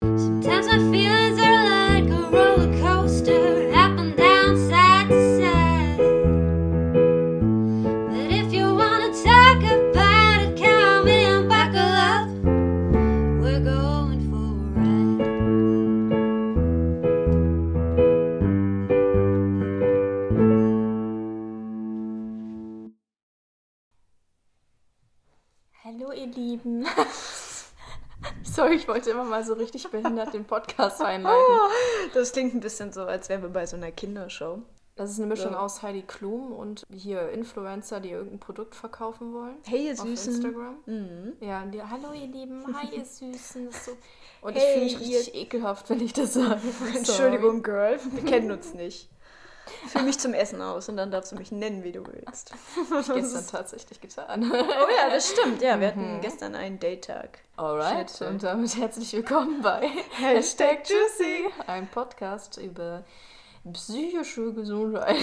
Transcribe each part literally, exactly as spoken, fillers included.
Sometimes my feelings are like a roller coaster, up and down, side to side. But if you wanna talk about it, come in, buckle up. We're going for a ride. Hallo ihr Lieben. Sorry, ich wollte immer mal so richtig behindert den Podcast einleiten. Das klingt ein bisschen so, als wären wir bei so einer Kindershow. Das ist eine Mischung Ja. aus Heidi Klum und hier Influencer, die irgendein Produkt verkaufen wollen. Hey, ihr Auf Süßen. Instagram. Mhm. Ja, und die, hallo ihr Lieben, hi ihr Süßen. Das ist so. Und Hey, ich fühle mich ihr- richtig ekelhaft, wenn ich das sage. Entschuldigung, Girl, wir kennen uns nicht. Fühl mich zum Essen aus und dann darfst du mich nennen, wie du willst. Sorry. Ich gestern tatsächlich getan. Oh ja, das stimmt. Ja, wir hatten gestern einen Date-Tag. Alright, Schätze. und damit herzlich willkommen bei Hashtag Juicy. ein Podcast über psychische Gesundheit.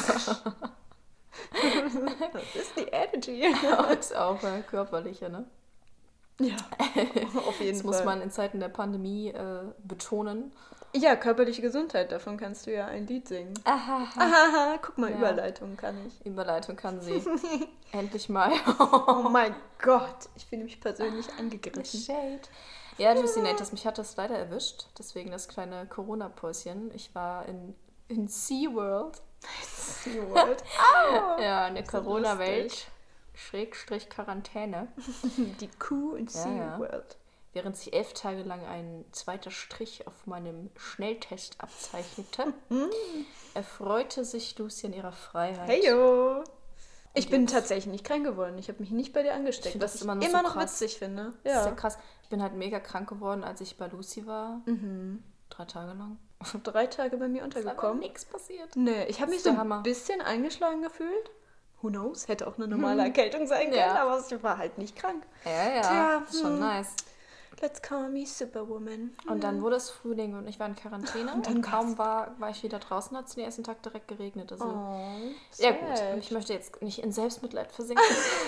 Das ist die Energy. Und auch äh, körperliche, ne? Ja, auf jeden Das Fall. muss man in Zeiten der Pandemie äh, betonen. Ja, körperliche Gesundheit, davon kannst du ja ein Lied singen. Aha. Ahaha, guck mal, Ja. Überleitung kann ich. Überleitung kann sie. Endlich mal. Oh mein Gott, ich fühle mich persönlich angegriffen. Shade. Ja, Juicy Nate, mich hat das leider erwischt. Deswegen das kleine Corona-Päuschen. Ich war in, in SeaWorld. SeaWorld. Ja, in der ist ja Corona-Welt. lustig. Schrägstrich Quarantäne. Die Kuh in Ja, ja. SeaWorld. Während sich elf Tage lang ein zweiter Strich auf meinem Schnelltest abzeichnete, erfreute sich Lucy an ihrer Freiheit. Heyo! Ich Und bin jetzt? tatsächlich nicht krank geworden. Ich habe mich nicht bei dir angesteckt. Ich find das was immer noch ich so immer noch krass. witzig finde. Das ist ja Ja. krass. Ich bin halt mega krank geworden, als ich bei Lucy war. Mhm. Drei Tage lang. Drei Tage bei mir Ist einfach untergekommen. nichts passiert. Nee, ich habe Das mich ist so der ein Hammer. bisschen eingeschlagen gefühlt. Who knows? Hätte auch eine normale Erkältung sein können, Ja. aber ich war halt nicht krank. Ja, ja. Tja, ist schon hm. nice. Let's call me Superwoman. Und dann wurde es Frühling und ich war in Quarantäne und, dann kaum war, war ich wieder draußen, hat es den ersten Tag direkt geregnet. Also, Oh, ja sad. gut, ich möchte jetzt nicht in Selbstmitleid versinken.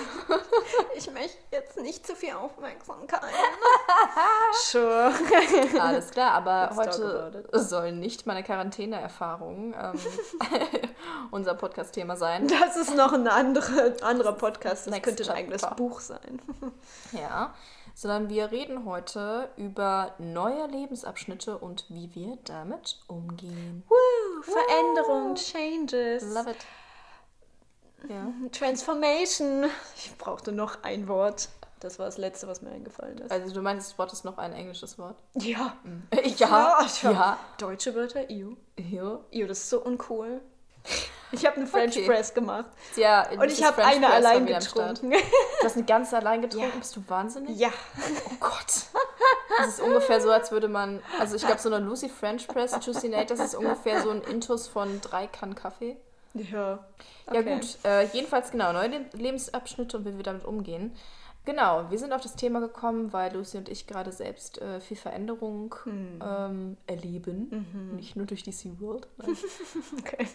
Ich möchte jetzt nicht zu viel Aufmerksamkeit. Sure. Alles klar, aber Let's talk heute about sollen nicht meine Quarantäneerfahrungen ähm, unser Podcast-Thema sein. Das ist noch ein andere, anderer Podcast. Das Next könnte ein chapter. eigenes Buch sein. Ja, sondern wir reden heute über neue Lebensabschnitte und wie wir damit umgehen. Woo, Veränderung, Changes, Love it. Ja. Transformation. Ich brauchte noch ein Wort. Das war das Letzte, was mir eingefallen ist. Also du meinst, das Wort ist noch ein englisches Wort? Ja. Ja, ja. ja. Deutsche Wörter, ew. Ja. Ew, das ist so uncool. Ich habe eine French Okay. Press gemacht. Ja, Und ich habe eine allein getrunken. Du hast eine ganze allein getrunken? Ja. Bist du wahnsinnig? Ja. Oh Gott. Das ist ungefähr so, als würde man... Also ich glaube, so eine Lucy French Press, Juicy Nate, das ist ungefähr so ein Intus von drei Kannen Kaffee. Ja. Ja Okay. gut, äh, jedenfalls genau, neue Le- Lebensabschnitte und wie wir damit umgehen. Genau, wir sind auf das Thema gekommen, weil Lucy und ich gerade selbst äh, viel Veränderung Hm. ähm, erleben. Nicht nur durch die SeaWorld. Nein. Okay.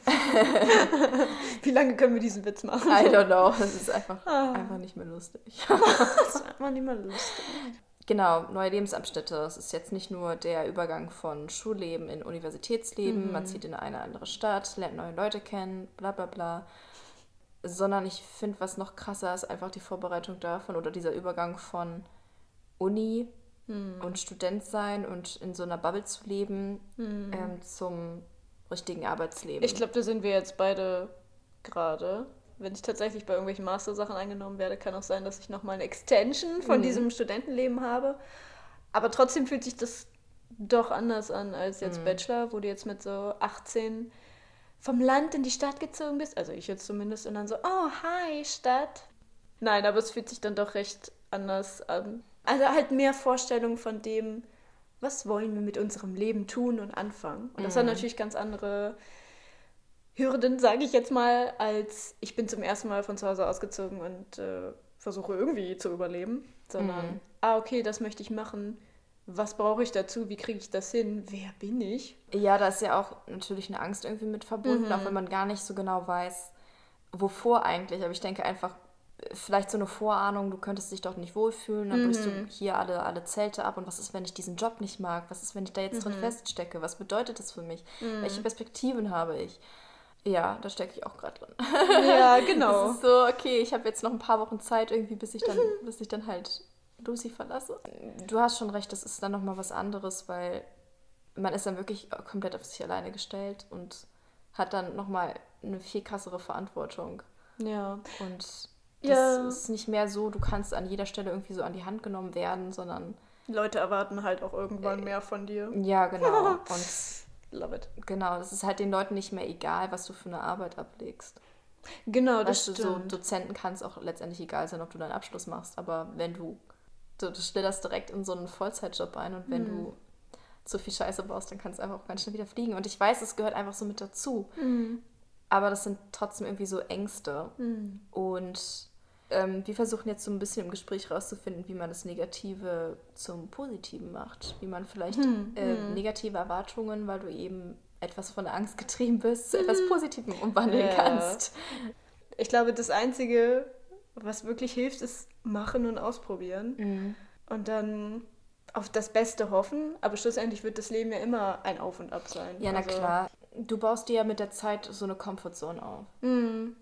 Wie lange können wir diesen Witz machen? I don't know, das ist einfach, Ah. einfach nicht mehr lustig. Das ist einfach nicht mehr lustig. Genau, neue Lebensabschnitte. Es ist jetzt nicht nur der Übergang von Schulleben in Universitätsleben, man zieht in eine andere Stadt, lernt neue Leute kennen, bla bla bla. Sondern ich finde, was noch krasser ist, einfach die Vorbereitung davon oder dieser Übergang von Uni und Student sein und in so einer Bubble zu leben ähm, zum richtigen Arbeitsleben. Ich glaube, da sind wir jetzt beide gerade. Wenn ich tatsächlich bei irgendwelchen Mastersachen eingenommen werde, kann auch sein, dass ich nochmal eine Extension von Mhm. diesem Studentenleben habe. Aber trotzdem fühlt sich das doch anders an als jetzt Mhm. Bachelor, wo du jetzt mit so achtzehn vom Land in die Stadt gezogen bist. Also ich jetzt zumindest. Und dann so, oh, hi, Stadt. Nein, aber es fühlt sich dann doch recht anders an. Also halt mehr Vorstellungen von dem, was wollen wir mit unserem Leben tun und anfangen. Und das hat Mhm. natürlich ganz andere Hürden, sage ich jetzt mal, als ich bin zum ersten Mal von zu Hause ausgezogen und äh, versuche irgendwie zu überleben. Sondern, Mhm. ah, okay, das möchte ich machen. Was brauche ich dazu? Wie kriege ich das hin? Wer bin ich? Ja, da ist ja auch natürlich eine Angst irgendwie mit verbunden, Mhm. auch wenn man gar nicht so genau weiß, wovor eigentlich. Aber ich denke einfach, vielleicht so eine Vorahnung, du könntest dich doch nicht wohlfühlen, dann brichst du hier alle, alle Zelte ab und was ist, wenn ich diesen Job nicht mag? Was ist, wenn ich da jetzt drin feststecke? Was bedeutet das für mich? Welche Perspektiven habe ich? Ja, da stecke ich auch gerade drin. Ja, genau. Es ist so, okay, ich habe jetzt noch ein paar Wochen Zeit irgendwie, bis ich dann, bis ich dann halt Lucy verlasse. Du hast schon recht, das ist dann nochmal was anderes, weil man ist dann wirklich komplett auf sich alleine gestellt und hat dann nochmal eine viel krassere Verantwortung. Ja. Und das Ja. ist nicht mehr so, du kannst an jeder Stelle irgendwie so an die Hand genommen werden, sondern Leute erwarten halt auch irgendwann mehr von dir. ja, genau. Und Love it. genau, das ist halt den Leuten nicht mehr egal, was du für eine Arbeit ablegst. Genau, das Weißt du, so stimmt. Dozenten kann es auch letztendlich egal sein, ob du deinen Abschluss machst, aber wenn du, du, du schlitterst direkt in so einen Vollzeitjob ein und wenn du zu viel Scheiße baust, dann kannst du einfach auch ganz schnell wieder fliegen. Und ich weiß, es gehört einfach so mit dazu. Aber das sind trotzdem irgendwie so Ängste. Und ähm, wir versuchen jetzt so ein bisschen im Gespräch rauszufinden, wie man das Negative zum Positiven macht. Wie man vielleicht äh, negative Erwartungen, weil du eben etwas von der Angst getrieben bist, zu etwas Positivem umwandeln Ja. kannst. Ich glaube, das Einzige, was wirklich hilft, ist machen und ausprobieren. Und dann auf das Beste hoffen. Aber schlussendlich wird das Leben ja immer ein Auf und Ab sein. Ja, na Also, klar. Du baust dir ja mit der Zeit so eine Comfortzone auf. Und,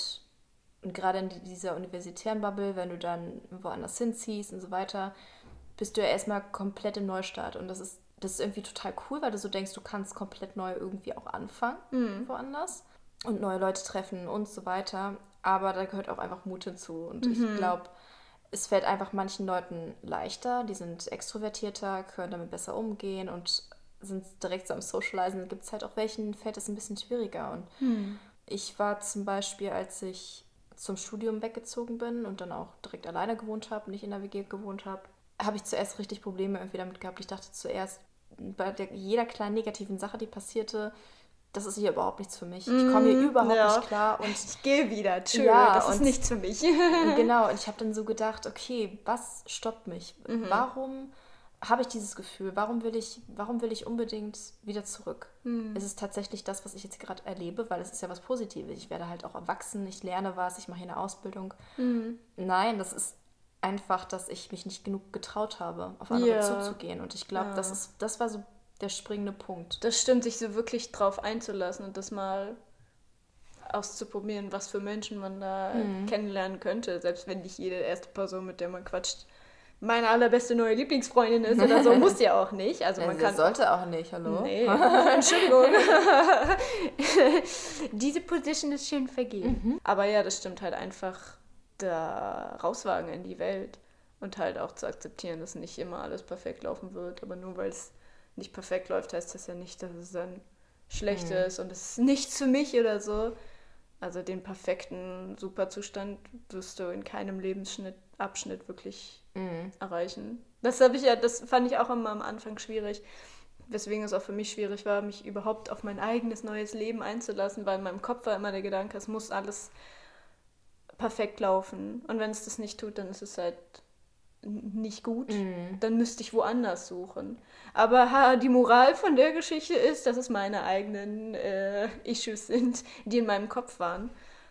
und gerade in dieser universitären Bubble, wenn du dann woanders hinziehst und so weiter, bist du ja erstmal komplett im Neustart. Und das ist, das ist irgendwie total cool, weil du so denkst, du kannst komplett neu irgendwie auch anfangen woanders und neue Leute treffen und so weiter. Aber da gehört auch einfach Mut hinzu. Und ich glaube, es fällt einfach manchen Leuten leichter, die sind extrovertierter, können damit besser umgehen und sind direkt so am Socializen. Dann gibt es halt auch welchen, fällt es ein bisschen schwieriger. Und ich war zum Beispiel, als ich zum Studium weggezogen bin und dann auch direkt alleine gewohnt habe, nicht in der W G gewohnt habe, habe ich zuerst richtig Probleme irgendwie damit gehabt. Ich dachte zuerst, bei der, jeder kleinen negativen Sache, die passierte, das ist hier überhaupt nichts für mich. Ich komme hier überhaupt ja. nicht klar. Und Ich gehe wieder. Tschö, Ja, das ist und- nichts für mich. genau, und ich habe dann so gedacht, okay, was stoppt mich? Warum habe ich dieses Gefühl? Warum will ich, warum will ich unbedingt wieder zurück? Ist es tatsächlich das, was ich jetzt gerade erlebe? Weil es ist ja was Positives. Ich werde halt auch erwachsen, ich lerne was, ich mache hier eine Ausbildung. Nein, das ist einfach, dass ich mich nicht genug getraut habe, auf andere Ja. zuzugehen. Und ich glaube, Ja. das ist, das war so der springende Punkt. Das stimmt, sich so wirklich drauf einzulassen und das mal auszuprobieren, was für Menschen man da kennenlernen könnte. Selbst wenn nicht jede erste Person, mit der man quatscht, meine allerbeste neue Lieblingsfreundin ist oder so, muss ja auch nicht. Also man Also, kann sollte auch nicht, hallo? Nee, Entschuldigung. Diese Position ist schön vergeben. Aber ja, das stimmt halt einfach, da rauswagen in die Welt und halt auch zu akzeptieren, dass nicht immer alles perfekt laufen wird. Aber nur weil es nicht perfekt läuft, heißt das ja nicht, dass es dann schlecht ist und es ist nichts für mich oder so. Also den perfekten Superzustand wirst du in keinem Lebensschnitt, Abschnitt wirklich erreichen. Das habe ich ja, das fand ich auch immer am Anfang schwierig, weswegen es auch für mich schwierig war, mich überhaupt auf mein eigenes neues Leben einzulassen, weil in meinem Kopf war immer der Gedanke, es muss alles perfekt laufen. Und wenn es das nicht tut, dann ist es halt n- nicht gut. Dann müsste ich woanders suchen. Aber ha, die Moral von der Geschichte ist, dass es meine eigenen äh, Issues sind, die in meinem Kopf waren.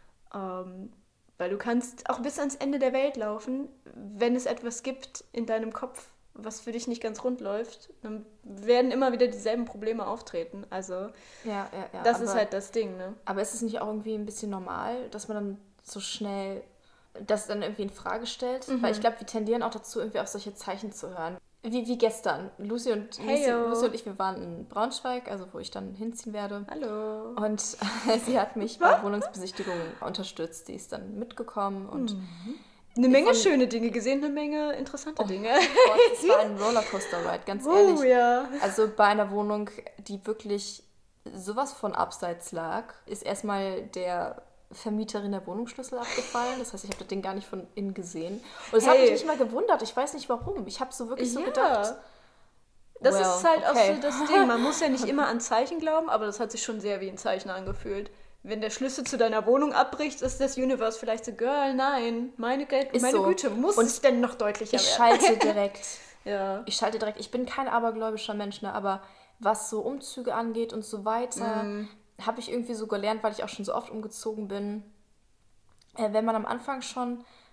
Ähm, weil du kannst auch bis ans Ende der Welt laufen, wenn es etwas gibt in deinem Kopf, was für dich nicht ganz rund läuft, dann werden immer wieder dieselben Probleme auftreten. Also Ja, ja, ja. das aber, ist halt das Ding, ne? aber ist es nicht auch irgendwie ein bisschen normal, dass man dann so schnell das dann irgendwie in Frage stellt? Weil ich glaube, wir tendieren auch dazu, irgendwie auf solche Zeichen zu hören. Wie, wie gestern. Lucy und, Lucy, Heyo. Lucy und ich, wir waren in Braunschweig, also wo ich dann hinziehen werde. Hallo. Und sie hat mich bei Wohnungsbesichtigungen unterstützt. Sie ist dann mitgekommen und Eine Menge von- schöne Dinge gesehen, eine Menge interessante Dinge. Gott, es war ein Rollercoaster-Ride, ganz ehrlich. Oh ja. Also bei einer Wohnung, die wirklich sowas von abseits lag, ist erstmal der Vermieterin der Wohnungsschlüssel abgefallen. Das heißt, ich habe das Ding gar nicht von innen gesehen. Und es hat Hey. mich nicht mal gewundert. Ich weiß nicht warum. Ich habe so wirklich so Ja. gedacht. Das well, ist halt okay. auch so das Ding. Man muss ja nicht immer an Zeichen glauben, aber das hat sich schon sehr wie ein Zeichen angefühlt. Wenn der Schlüssel zu deiner Wohnung abbricht, ist das Universe vielleicht so, Girl, nein, meine, Ge Ist meine so. Güte, muss Und es denn noch deutlicher Ich werden? schalte direkt. Ja. Ich schalte direkt. Ich bin kein abergläubischer Mensch, ne? Aber was so Umzüge angeht und so weiter, Mhm. habe ich irgendwie so gelernt, weil ich auch schon so oft umgezogen bin. Äh, wenn man am Anfang schon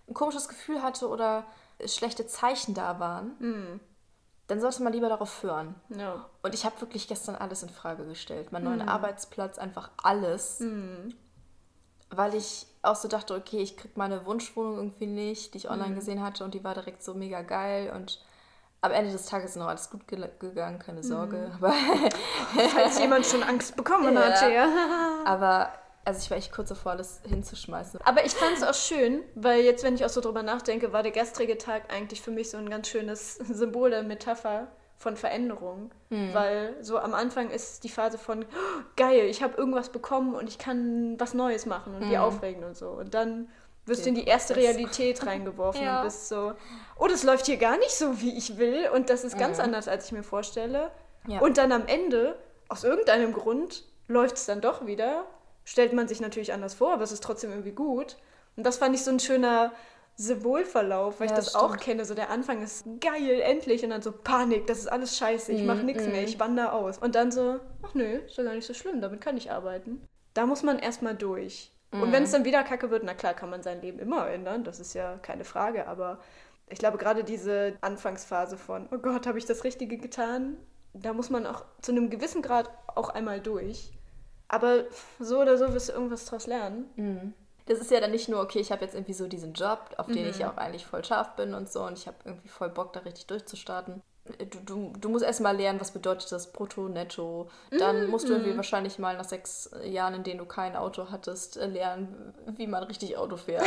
ein komisches Gefühl hatte oder schlechte Zeichen da waren, Mhm. dann sollte man lieber darauf hören. Ja. Und ich habe wirklich gestern alles in Frage gestellt. Meinen Mhm. neuen Arbeitsplatz, einfach alles. Mhm. Weil ich auch so dachte, okay, ich krieg meine Wunschwohnung irgendwie nicht, die ich online Mhm. gesehen hatte und die war direkt so mega geil und am Ende des Tages ist noch alles gut ge- gegangen, keine Sorge. Aber, Falls jemand schon Angst bekommen Ja. hatte, ja. aber also ich war echt kurz davor, alles hinzuschmeißen. Aber ich fand es auch schön, weil jetzt, wenn ich auch so drüber nachdenke, war der gestrige Tag eigentlich für mich so ein ganz schönes Symbol der Metapher von Veränderung. Mhm. Weil so am Anfang ist die Phase von, oh, geil, ich habe irgendwas bekommen und ich kann was Neues machen und wie Mhm. aufregend und so. Und dann wirst du Den in die erste Prozess. Realität reingeworfen Ja. und bist so, oh, das läuft hier gar nicht so, wie ich will und das ist ganz Mhm. anders, als ich mir vorstelle. Ja. Und dann am Ende, aus irgendeinem Grund, läuft es dann doch wieder. Stellt man sich natürlich anders vor, aber es ist trotzdem irgendwie gut. Und das fand ich so ein schöner Symbolverlauf, weil Ja, ich das stimmt. auch kenne. So der Anfang ist geil, endlich. Und dann so Panik, das ist alles scheiße, ich mache Mm, nichts mm. mehr, ich wandere aus. Und dann so, ach nö, ist doch gar nicht so schlimm, damit kann ich arbeiten. Da muss man erstmal durch. Und Mm. wenn es dann wieder kacke wird, na klar, kann man sein Leben immer ändern, das ist ja keine Frage. Aber ich glaube, gerade diese Anfangsphase von, oh Gott, habe ich das Richtige getan? Da muss man auch zu einem gewissen Grad auch einmal durch. Aber so oder so wirst du irgendwas draus lernen. Mhm. Das ist ja dann nicht nur, okay, ich habe jetzt irgendwie so diesen Job, auf den Mhm. ich ja auch eigentlich voll scharf bin und so und ich habe irgendwie voll Bock, da richtig durchzustarten. Du, du, du musst erstmal lernen, was bedeutet das Brutto, Netto. Dann musst du irgendwie wahrscheinlich mal nach sechs Jahren, in denen du kein Auto hattest, äh, lernen, wie man richtig Auto fährt.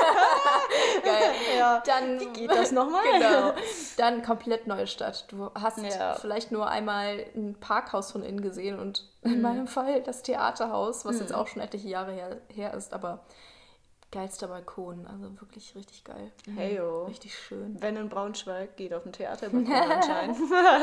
Geil. Ja. Dann, Wie geht das nochmal? Genau. Dann komplett neue Stadt. Du hast Ja. vielleicht nur einmal ein Parkhaus von innen gesehen und in meinem Fall das Theaterhaus, was jetzt auch schon etliche Jahre her, her ist, aber geilster Balkon, also wirklich richtig geil. Mhm. Heyo. Richtig schön. Wenn in Braunschweig, geht auf den Theaterbalkon anscheinend.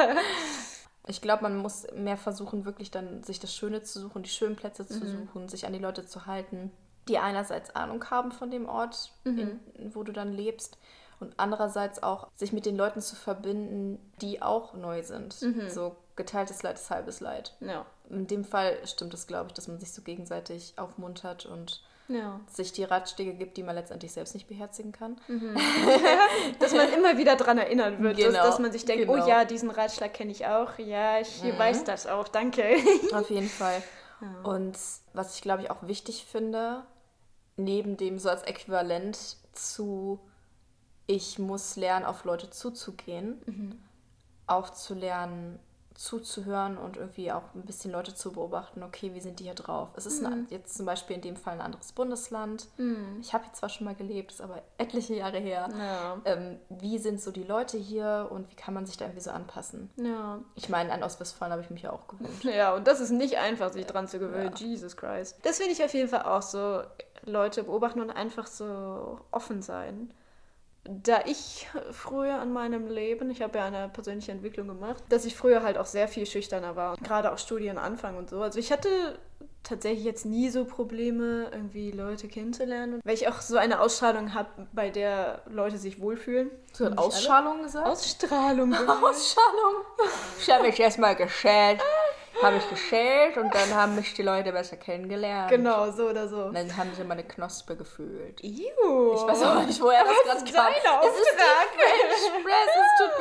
Ich glaube, man muss mehr versuchen, wirklich dann sich das Schöne zu suchen, die schönen Plätze zu Mhm. suchen, sich an die Leute zu halten, die einerseits Ahnung haben von dem Ort, Mhm. in, wo du dann lebst und andererseits auch sich mit den Leuten zu verbinden, die auch neu sind. Mhm. So geteiltes Leid ist halbes Leid. Ja. In dem Fall stimmt es, glaube ich, dass man sich so gegenseitig aufmuntert und Ja. sich die Ratschläge gibt, die man letztendlich selbst nicht beherzigen kann. Dass man immer wieder dran erinnert wird, Genau, dass, dass man sich denkt, genau. oh ja, diesen Ratschlag kenne ich auch. Ja, ich Mhm. weiß das auch, danke. Auf jeden Fall. Ja. Und was ich, glaube ich, auch wichtig finde, neben dem so als Äquivalent zu ich muss lernen, auf Leute zuzugehen, Mhm. auch zu lernen, zuzuhören und irgendwie auch ein bisschen Leute zu beobachten, okay, wie sind die hier drauf? Es ist ein, jetzt zum Beispiel in dem Fall ein anderes Bundesland. Mhm. Ich habe hier zwar schon mal gelebt, ist aber etliche Jahre her. Ja. Ähm, wie sind so die Leute hier und wie kann man sich da irgendwie so anpassen? Ja. Ich meine, an Ostwestfalen habe ich mich ja auch gewöhnt. Ja, und das ist nicht einfach, sich dran zu gewöhnen. Ja. Jesus Christ. Das finde ich auf jeden Fall auch so. Leute beobachten und einfach so offen sein. Da ich früher in meinem Leben, ich habe ja eine persönliche Entwicklung gemacht, dass ich früher halt auch sehr viel schüchterner war. Gerade auch Studienanfang und so. Also ich hatte tatsächlich jetzt nie so Probleme, irgendwie Leute kennenzulernen. Weil ich auch so eine Ausstrahlung habe, bei der Leute sich wohlfühlen. Du hast Nicht alle. Ausstrahlung gesagt? Ausstrahlung. Ausstrahlung? Ich habe mich erstmal geschält, habe ich geschält und dann haben mich die Leute besser kennengelernt. Genau, so oder so. Und dann haben sie meine Knospe gefühlt. Ew. Ich weiß auch nicht, woher das gerade kam. Dein Es ist Auftrag. die French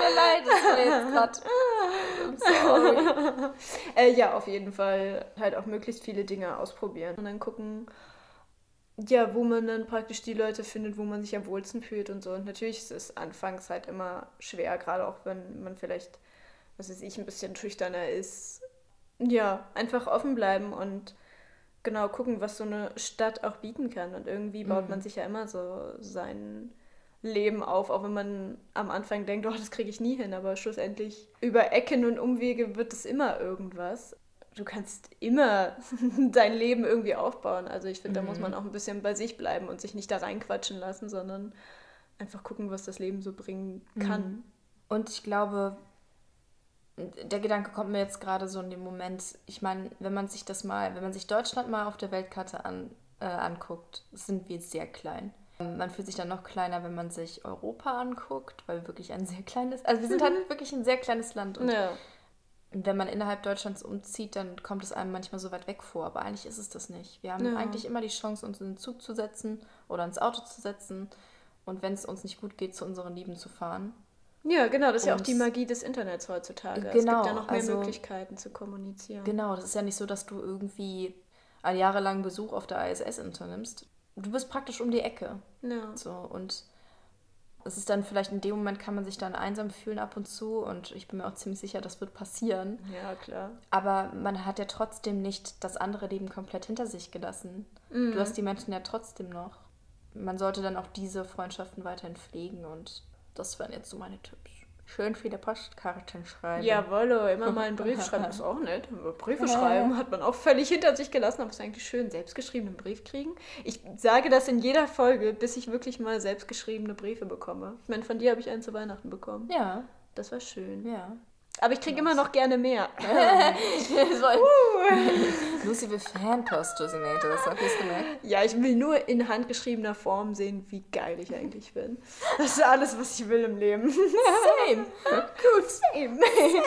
Press, es tut mir leid, das war jetzt gerade. I'm sorry. Äh, ja, auf jeden Fall halt auch möglichst viele Dinge ausprobieren und dann gucken, ja, wo man dann praktisch die Leute findet, wo man sich am wohlsten fühlt und so. Und natürlich ist es anfangs halt immer schwer, gerade auch wenn man vielleicht, was weiß ich, ein bisschen schüchterner ist. Ja, einfach offen bleiben und genau gucken, was so eine Stadt auch bieten kann. Und irgendwie baut Mhm. man sich ja immer so sein Leben auf, auch wenn man am Anfang denkt, oh, das kriege ich nie hin, aber schlussendlich über Ecken und Umwege wird es immer irgendwas. Du kannst immer dein Leben irgendwie aufbauen. Also ich finde, da muss Mhm. man auch ein bisschen bei sich bleiben und sich nicht da reinquatschen lassen, sondern einfach gucken, was das Leben so bringen kann. Und ich glaube, der Gedanke kommt mir jetzt gerade so in dem Moment, ich meine, wenn man sich das mal, wenn man sich Deutschland mal auf der Weltkarte an, äh, anguckt, sind wir sehr klein. Man fühlt sich dann noch kleiner, wenn man sich Europa anguckt, weil wir wirklich ein sehr kleines, also wir sind halt wirklich ein sehr kleines Land. Und Ja. wenn man innerhalb Deutschlands umzieht, dann kommt es einem manchmal so weit weg vor, aber eigentlich ist es das nicht. Wir haben Ja. eigentlich immer die Chance, uns in den Zug zu setzen oder ins Auto zu setzen und wenn es uns nicht gut geht, zu unseren Lieben zu fahren. Ja, genau, das ist ja auch Und- die Magie des Internets heutzutage. es Genau, gibt ja noch mehr also- Möglichkeiten zu kommunizieren. Genau, das ist ja nicht so, dass du irgendwie einen jahrelangen Besuch auf der I S S unternimmst. Du bist praktisch um die Ecke. Ja. So, und es ist dann vielleicht in dem Moment, kann man sich dann einsam fühlen ab und zu und ich bin mir auch ziemlich sicher, das wird passieren. Ja, klar. Aber man hat ja trotzdem nicht das andere Leben komplett hinter sich gelassen. Mhm. Du hast die Menschen ja trotzdem noch. Man sollte dann auch diese Freundschaften weiterhin pflegen und das wären jetzt so meine Tipps. Schön viele Postkarten schreiben. Jawollo, immer mal einen Brief schreiben, ist auch nett. Aber Briefe schreiben hat man auch völlig hinter sich gelassen, aber es ist eigentlich schön, selbstgeschriebenen Brief kriegen. Ich sage das in jeder Folge, bis ich wirklich mal selbstgeschriebene Briefe bekomme. Ich meine, von dir habe ich einen zu Weihnachten bekommen. Ja, Das war schön. ja. Aber ich kriege immer noch gerne mehr. Lucy will Fanpost-Dosinator, habt ihr es gemerkt? Ja, ich will nur in handgeschriebener Form sehen, wie geil ich eigentlich bin. Das ist alles, was ich will im Leben. Same. Gut. Same.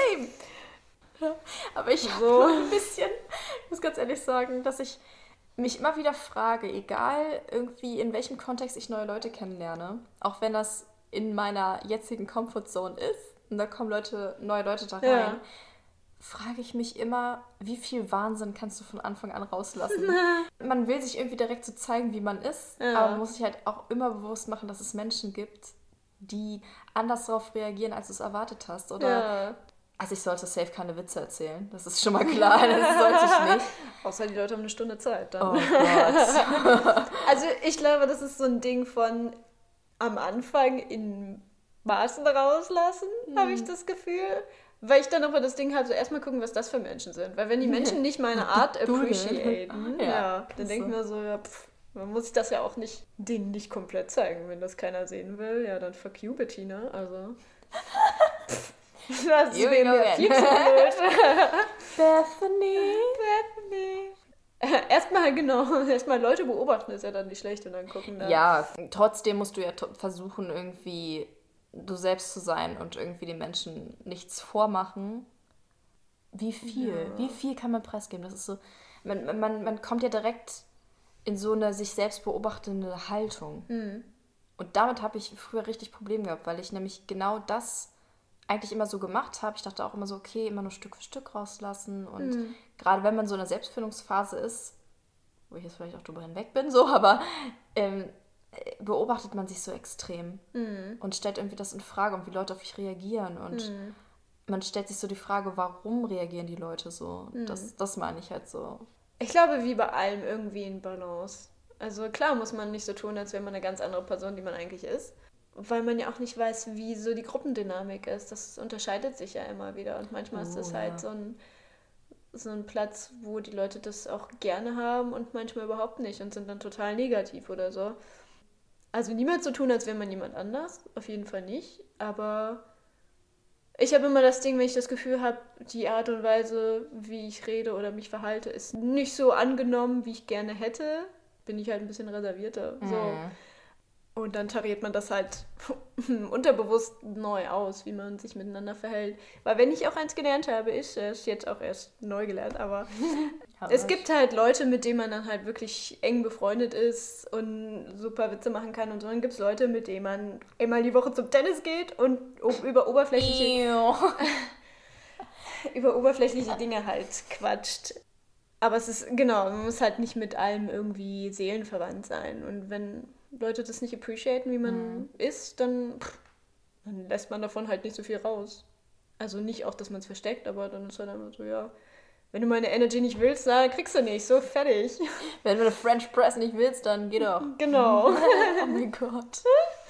Same. Aber ich habe So. ein bisschen, ich muss ganz ehrlich sagen, dass ich mich immer wieder frage, egal irgendwie in welchem Kontext ich neue Leute kennenlerne, auch wenn das in meiner jetzigen Comfortzone ist, und da kommen Leute, neue Leute da rein, Ja. frage ich mich immer, wie viel Wahnsinn kannst du von Anfang an rauslassen? Man will sich irgendwie direkt so zeigen, wie man ist, Ja. aber man muss sich halt auch immer bewusst machen, dass es Menschen gibt, die anders darauf reagieren, als du es erwartet hast. Oder Ja. also ich sollte safe keine Witze erzählen, das ist schon mal klar, das sollte ich nicht. Außer die Leute haben eine Stunde Zeit dann. Oh Gott. Also ich glaube, das ist so ein Ding von am Anfang in Maßen rauslassen, habe ich das Gefühl. Weil ich dann aber das Ding habe, so erstmal gucken, was das für Menschen sind. Weil wenn die Menschen nicht meine Art Googeln. appreciaten, Ja, ja, dann ist denke ich so. mir so, ja, pff, man muss ich das ja auch nicht denen nicht komplett zeigen. Wenn das keiner sehen will, ja, dann fuck you, Bettina. Also. Pff, das You wäre go mir again. viel zu blöd. Bethany. Bethany. Erstmal, genau, erstmal Leute beobachten ist ja dann nicht schlecht und dann gucken. Dann. Ja, trotzdem musst du ja to- versuchen, irgendwie du selbst zu sein und irgendwie den Menschen nichts vormachen. Wie viel? Ja. Wie viel kann man preisgeben? Das ist so, man, man, man kommt ja direkt in so eine sich selbst beobachtende Haltung. Hm. Und damit habe ich früher richtig Probleme gehabt, weil ich nämlich genau das eigentlich immer so gemacht habe. Ich dachte auch immer so, okay, immer nur Stück für Stück rauslassen. Und Mhm. gerade wenn man so in einer Selbstfindungsphase ist, wo ich jetzt vielleicht auch drüber hinweg bin, so, aber ähm, äh, beobachtet man sich so extrem Mhm. und stellt irgendwie das in Frage und wie Leute auf dich reagieren. Und Mhm. man stellt sich so die Frage, warum reagieren die Leute so? Mhm. Das, das meine ich halt so. Ich glaube, wie bei allem irgendwie in Balance. Also klar muss man nicht so tun, als wäre man eine ganz andere Person, die man eigentlich ist. Weil man ja auch nicht weiß, wie so die Gruppendynamik ist. Das unterscheidet sich ja immer wieder. Und manchmal ist Oh, das ja. halt so ein, so ein Platz, wo die Leute das auch gerne haben und manchmal überhaupt nicht und sind dann total negativ oder so. Also niemals so tun, als wäre man jemand anders. Auf jeden Fall nicht. Aber ich habe immer das Ding, wenn ich das Gefühl habe, die Art und Weise, wie ich rede oder mich verhalte, ist nicht so angenommen, wie ich gerne hätte, bin ich halt ein bisschen reservierter. So. Mhm. Und dann tariert man das halt unterbewusst neu aus, wie man sich miteinander verhält. Weil wenn ich auch eins gelernt habe, ist es jetzt auch erst neu gelernt, aber es gibt halt Leute, mit denen man dann halt wirklich eng befreundet ist und super Witze machen kann. Und so dann gibt es Leute, mit denen man einmal die Woche zum Tennis geht und o- über oberflächliche, Ew. über oberflächliche Dinge halt quatscht. Aber es ist, genau, man muss halt nicht mit allem irgendwie seelenverwandt sein. Und wenn Leute das nicht appreciaten, wie man Mhm. ist, dann, pff, dann lässt man davon halt nicht so viel raus. Also nicht auch, dass man es versteckt, aber dann ist halt einfach so, ja, wenn du meine Energy nicht willst, dann kriegst du nicht, so fertig. Wenn du eine French Press nicht willst, dann geh doch. Genau. Oh mein Gott.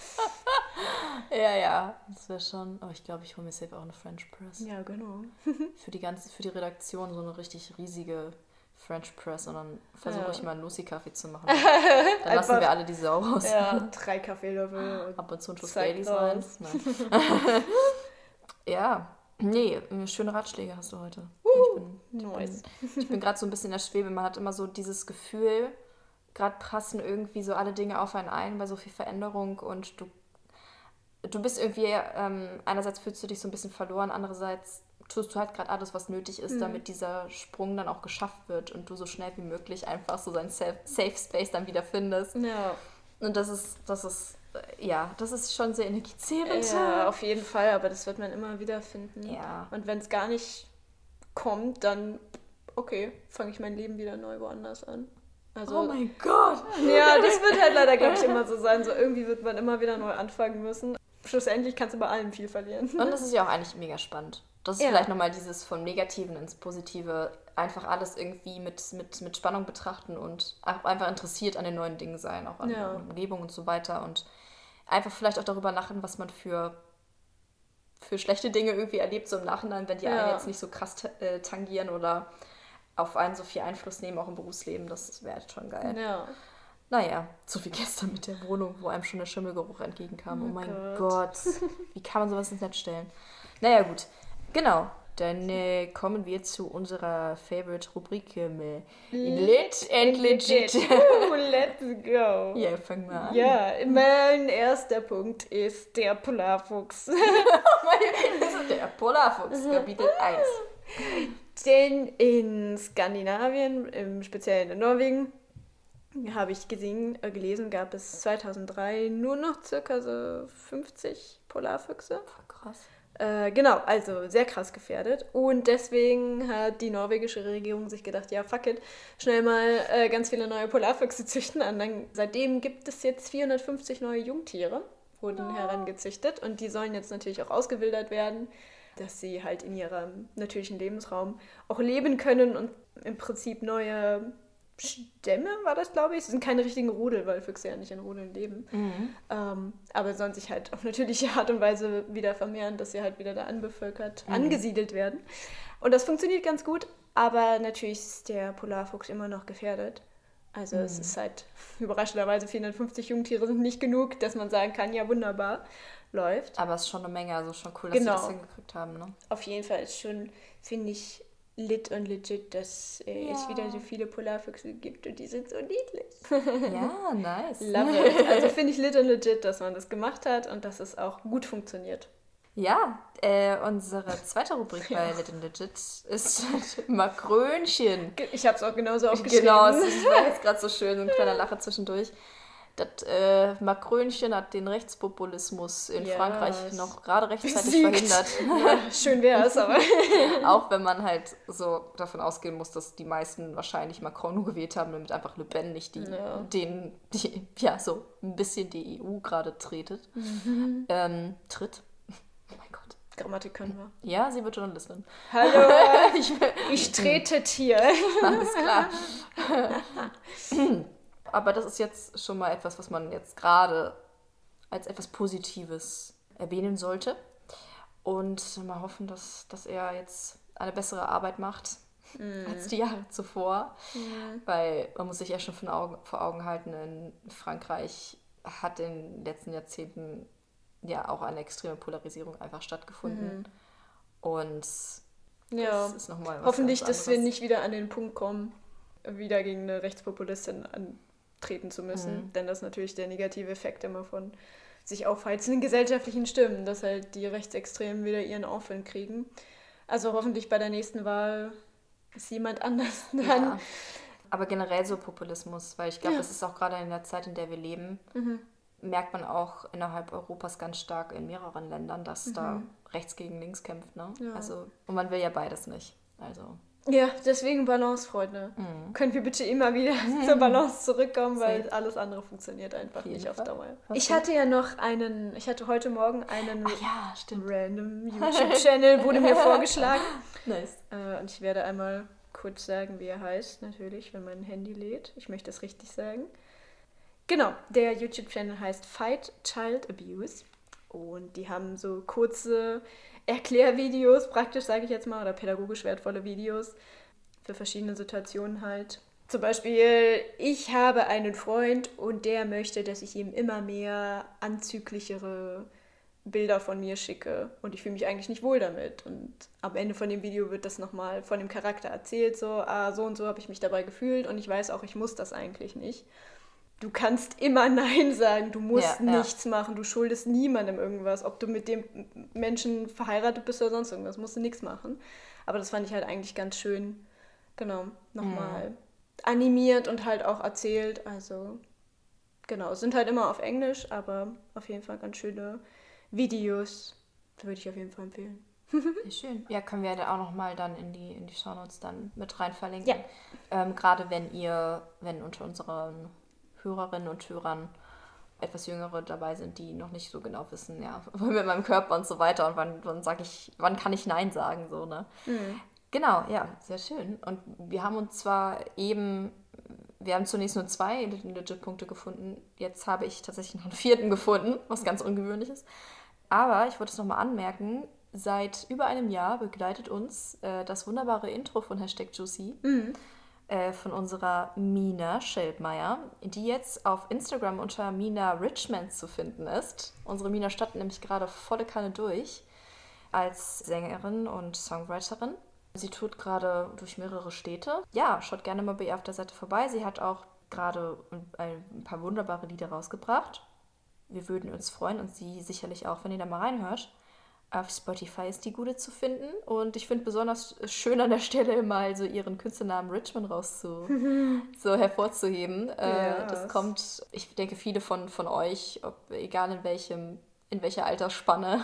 Ja, ja, das wäre schon. Oh, ich glaube, ich hole mir safe auch eine French Press. Ja, genau. Für die ganze, für die Redaktion so eine richtig riesige French Press und dann versuche Ja. ich mal einen Lucy-Kaffee zu machen. Dann lassen Einfach- wir alle die Sau raus. Ja, drei Kaffeelöffel. und Ab und zu ein Schuss zack, Baileys rein. raus. Nein. Ja, nee, schöne Ratschläge hast du heute. Uh, ich bin, nice. ich bin gerade so ein bisschen in der Schwebe. Man hat immer so dieses Gefühl, gerade passen irgendwie so alle Dinge auf einen ein bei so viel Veränderung und du, du bist irgendwie, ähm, einerseits fühlst du dich so ein bisschen verloren, andererseits tust du halt gerade alles, was nötig ist, Mhm. damit dieser Sprung dann auch geschafft wird und du so schnell wie möglich einfach so seinen Safe, Safe Space dann wieder findest. Ja. Und das ist, das ist ja, das ist schon sehr energiezehrend. Ja, auf jeden Fall, aber das wird man immer wieder finden. Ja. Und wenn es gar nicht kommt, dann, okay, fange ich mein Leben wieder neu woanders an. Also, Oh mein Gott! ja, das wird halt leider, glaube ich, immer so sein. So irgendwie wird man immer wieder neu anfangen müssen. Schlussendlich kannst du bei allem viel verlieren. Und das ist ja auch eigentlich mega spannend. Das ist Ja. vielleicht nochmal dieses vom Negativen ins Positive, einfach alles irgendwie mit, mit, mit Spannung betrachten und auch einfach interessiert an den neuen Dingen sein, auch an Ja. der Umgebung und so weiter. Und einfach vielleicht auch darüber lachen, was man für, für schlechte Dinge irgendwie erlebt, so im Nachhinein, wenn die Ja. einen jetzt nicht so krass ta- äh, tangieren oder auf einen so viel Einfluss nehmen, auch im Berufsleben. Das wäre schon geil. Ja. Naja, so wie gestern mit der Wohnung, wo einem schon der Schimmelgeruch entgegenkam. Oh, Oh mein Gott. Gott. Wie kann man sowas ins Netz stellen? Naja, gut. Genau. Dann äh, kommen wir zu unserer Favorite-Rubrik. Ähm, Lit and Legit. Uh, let's go. Ja, fang mal an. Ja, mein erster Punkt ist der Polarfuchs. Das ist der Polarfuchs, Kapitel eins. Denn in Skandinavien, im Speziellen in Norwegen, habe ich gesehen, äh, gelesen, gab es zweitausenddrei nur noch circa so fünfzig Polarfüchse. Krass. Äh, genau, also sehr krass gefährdet. Und deswegen hat die norwegische Regierung sich gedacht, ja, fuck it, schnell mal äh, ganz viele neue Polarfüchse züchten. Und dann, seitdem gibt es jetzt vierhundertfünfzig neue Jungtiere, wurden herangezüchtet. Und die sollen jetzt natürlich auch ausgewildert werden, dass sie halt in ihrem natürlichen Lebensraum auch leben können und im Prinzip neue Stämme, war das, glaube ich. Es sind keine richtigen Rudel, weil Füchse ja nicht in Rudeln leben. Mhm. Ähm, aber sollen sich halt auf natürliche Art und Weise wieder vermehren, dass sie halt wieder da anbevölkert, mhm. angesiedelt werden. Und das funktioniert ganz gut, aber natürlich ist der Polarfuchs immer noch gefährdet. Also mhm. es ist halt überraschenderweise vierhundertfünfzig Jungtiere sind nicht genug, dass man sagen kann, ja wunderbar, läuft. Aber es ist schon eine Menge, also schon cool, dass Genau. sie das hingekriegt haben, ne? Auf jeden Fall ist schon, finde ich, lit und legit, dass äh, Ja. es wieder so viele Polarfüchse gibt und die sind so niedlich. Ja, nice. Love it. Also finde ich lit und legit, dass man das gemacht hat und dass es auch gut funktioniert. Ja, äh, unsere zweite Rubrik Ja. bei Lit and Legit ist Makrönchen. Ge- Ich habe es auch genauso aufgeschrieben. Genau, es ist- war jetzt gerade so schön, so ein kleiner Lacher zwischendurch. Das äh, Makrönchen hat den Rechtspopulismus in Ja, Frankreich es noch gerade rechtzeitig besiegt. verhindert. Ja, schön wäre es, aber Auch wenn man halt so davon ausgehen muss, dass die meisten wahrscheinlich Macron nur gewählt haben, damit einfach Le Pen nicht die, Ja. den, die, ja, so ein bisschen die E U gerade tretet. Ähm, tritt. Oh mein Gott. Grammatik können wir. Ja, sie wird Journalistin. Hallo, Ich will, ich trete hier. alles klar. Aber das ist jetzt schon mal etwas, was man jetzt gerade als etwas Positives erwähnen sollte. Und mal hoffen, dass, dass er jetzt eine bessere Arbeit macht als die Jahre zuvor. Weil man muss sich ja schon vor Augen, vor Augen halten, in Frankreich hat in den letzten Jahrzehnten ja auch eine extreme Polarisierung einfach stattgefunden. Und Ja, das ist nochmal was hoffentlich, ganz dass wir anderes. nicht wieder an den Punkt kommen, wieder gegen eine Rechtspopulistin antreten zu müssen. Mhm. Denn das ist natürlich der negative Effekt immer von sich aufheizenden gesellschaftlichen Stimmen, dass halt die Rechtsextremen wieder ihren Aufwind kriegen. Also hoffentlich bei der nächsten Wahl ist jemand anders dran. Ja. Aber generell so Populismus, weil ich glaube, Ja. das ist auch gerade in der Zeit, in der wir leben, Mhm. merkt man auch innerhalb Europas ganz stark in mehreren Ländern, dass da rechts gegen links kämpft. Ne? Ja. Also, und man will ja beides nicht. Also, Ja, deswegen Balance, Freunde. Mhm. Können wir bitte immer wieder zur Balance zurückkommen, weil Safe. alles andere funktioniert einfach Auf jeden nicht auf Fall. Dauer. Okay. Ich hatte ja noch einen, ich hatte heute Morgen einen ja, stimmt. random YouTube-Channel, wurde mir vorgeschlagen. Nice. Äh, und ich werde einmal kurz sagen, wie er heißt, natürlich, wenn mein Handy lädt. Ich möchte es richtig sagen. Genau, der YouTube-Channel heißt Fight Child Abuse. Und die haben so kurze Erklärvideos, praktisch sage ich jetzt mal, oder pädagogisch wertvolle Videos für verschiedene Situationen halt. Zum Beispiel, ich habe einen Freund und der möchte, dass ich ihm immer mehr anzüglichere Bilder von mir schicke und ich fühle mich eigentlich nicht wohl damit. Und am Ende von dem Video wird das nochmal von dem Charakter erzählt, so, ah, so und so habe ich mich dabei gefühlt und ich weiß auch, ich muss das eigentlich nicht. Du kannst immer Nein sagen, du musst Ja, ja. nichts machen, du schuldest niemandem irgendwas, ob du mit dem Menschen verheiratet bist oder sonst irgendwas, musst du nichts machen. Aber das fand ich halt eigentlich ganz schön, genau, nochmal animiert und halt auch erzählt, also genau, sind halt immer auf Englisch, aber auf jeden Fall ganz schöne Videos. Würde ich auf jeden Fall empfehlen. Ja, schön. Ja, können wir da auch nochmal dann in die, in die Shownotes dann mit rein verlinken. Ja. Ähm, gerade wenn ihr, wenn unter unseren Hörerinnen und Hörern etwas Jüngere dabei sind, die noch nicht so genau wissen, ja, mit meinem Körper und so weiter und wann, wann sage ich, wann kann ich Nein sagen, so, ne? Mhm. Genau, ja, sehr schön. Und wir haben uns zwar eben, wir haben zunächst nur zwei Legit-Punkte gefunden, jetzt habe ich tatsächlich noch einen vierten gefunden, was ganz ungewöhnlich ist. Aber ich wollte es nochmal anmerken, seit über einem Jahr begleitet uns äh, das wunderbare Intro von Hashtag Juicy Mhm. äh, von unserer Mina Scheldmeier, die jetzt auf Instagram unter Mina Richmond zu finden ist. Unsere Mina startet nämlich gerade volle Kanne durch als Sängerin und Songwriterin. Sie tut gerade durch mehrere Städte. Ja, schaut gerne mal bei ihr auf der Seite vorbei. Sie hat auch gerade ein paar wunderbare Lieder rausgebracht. Wir würden uns freuen und sie sicherlich auch, wenn ihr da mal reinhört. Auf Spotify ist die Gute zu finden und ich finde besonders schön an der Stelle mal so ihren Künstlernamen Richmond rauszu so hervorzuheben. Yes. Äh, das kommt, ich denke, viele von, von euch, ob, egal in welchem in welcher Altersspanne,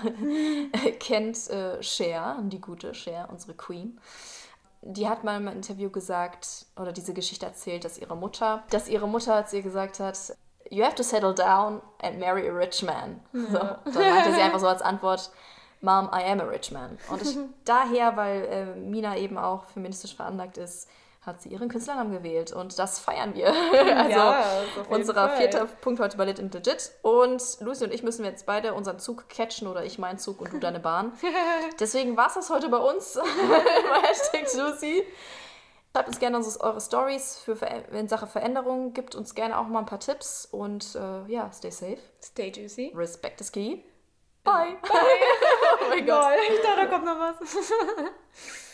kennt äh, Cher, die gute Cher, unsere Queen. Die hat mal im Interview gesagt, oder diese Geschichte erzählt, dass ihre Mutter, dass ihre Mutter, als sie gesagt hat, you have to settle down and marry a rich man. Ja. So, dann meinte sie einfach so als Antwort, Mom, I am a rich man. Und ich, daher, weil äh, Mina eben auch feministisch veranlagt ist, hat sie ihren Künstlernamen gewählt. Und das feiern wir. Also ja, unser vierter Punkt heute bei Lit and Legit. Und Lucy und ich müssen jetzt beide unseren Zug catchen oder ich meinen Zug und du deine Bahn. Deswegen war es das heute bei uns bei Hashtag Lucy. Schreibt uns gerne eure Stories für Ver- in Sache Veränderungen. Gibt uns gerne auch mal ein paar Tipps. Und äh, ja, stay safe. Stay juicy. Respect is key. Bye. Bye. Oh mein Gott. Ich dachte, da kommt noch was.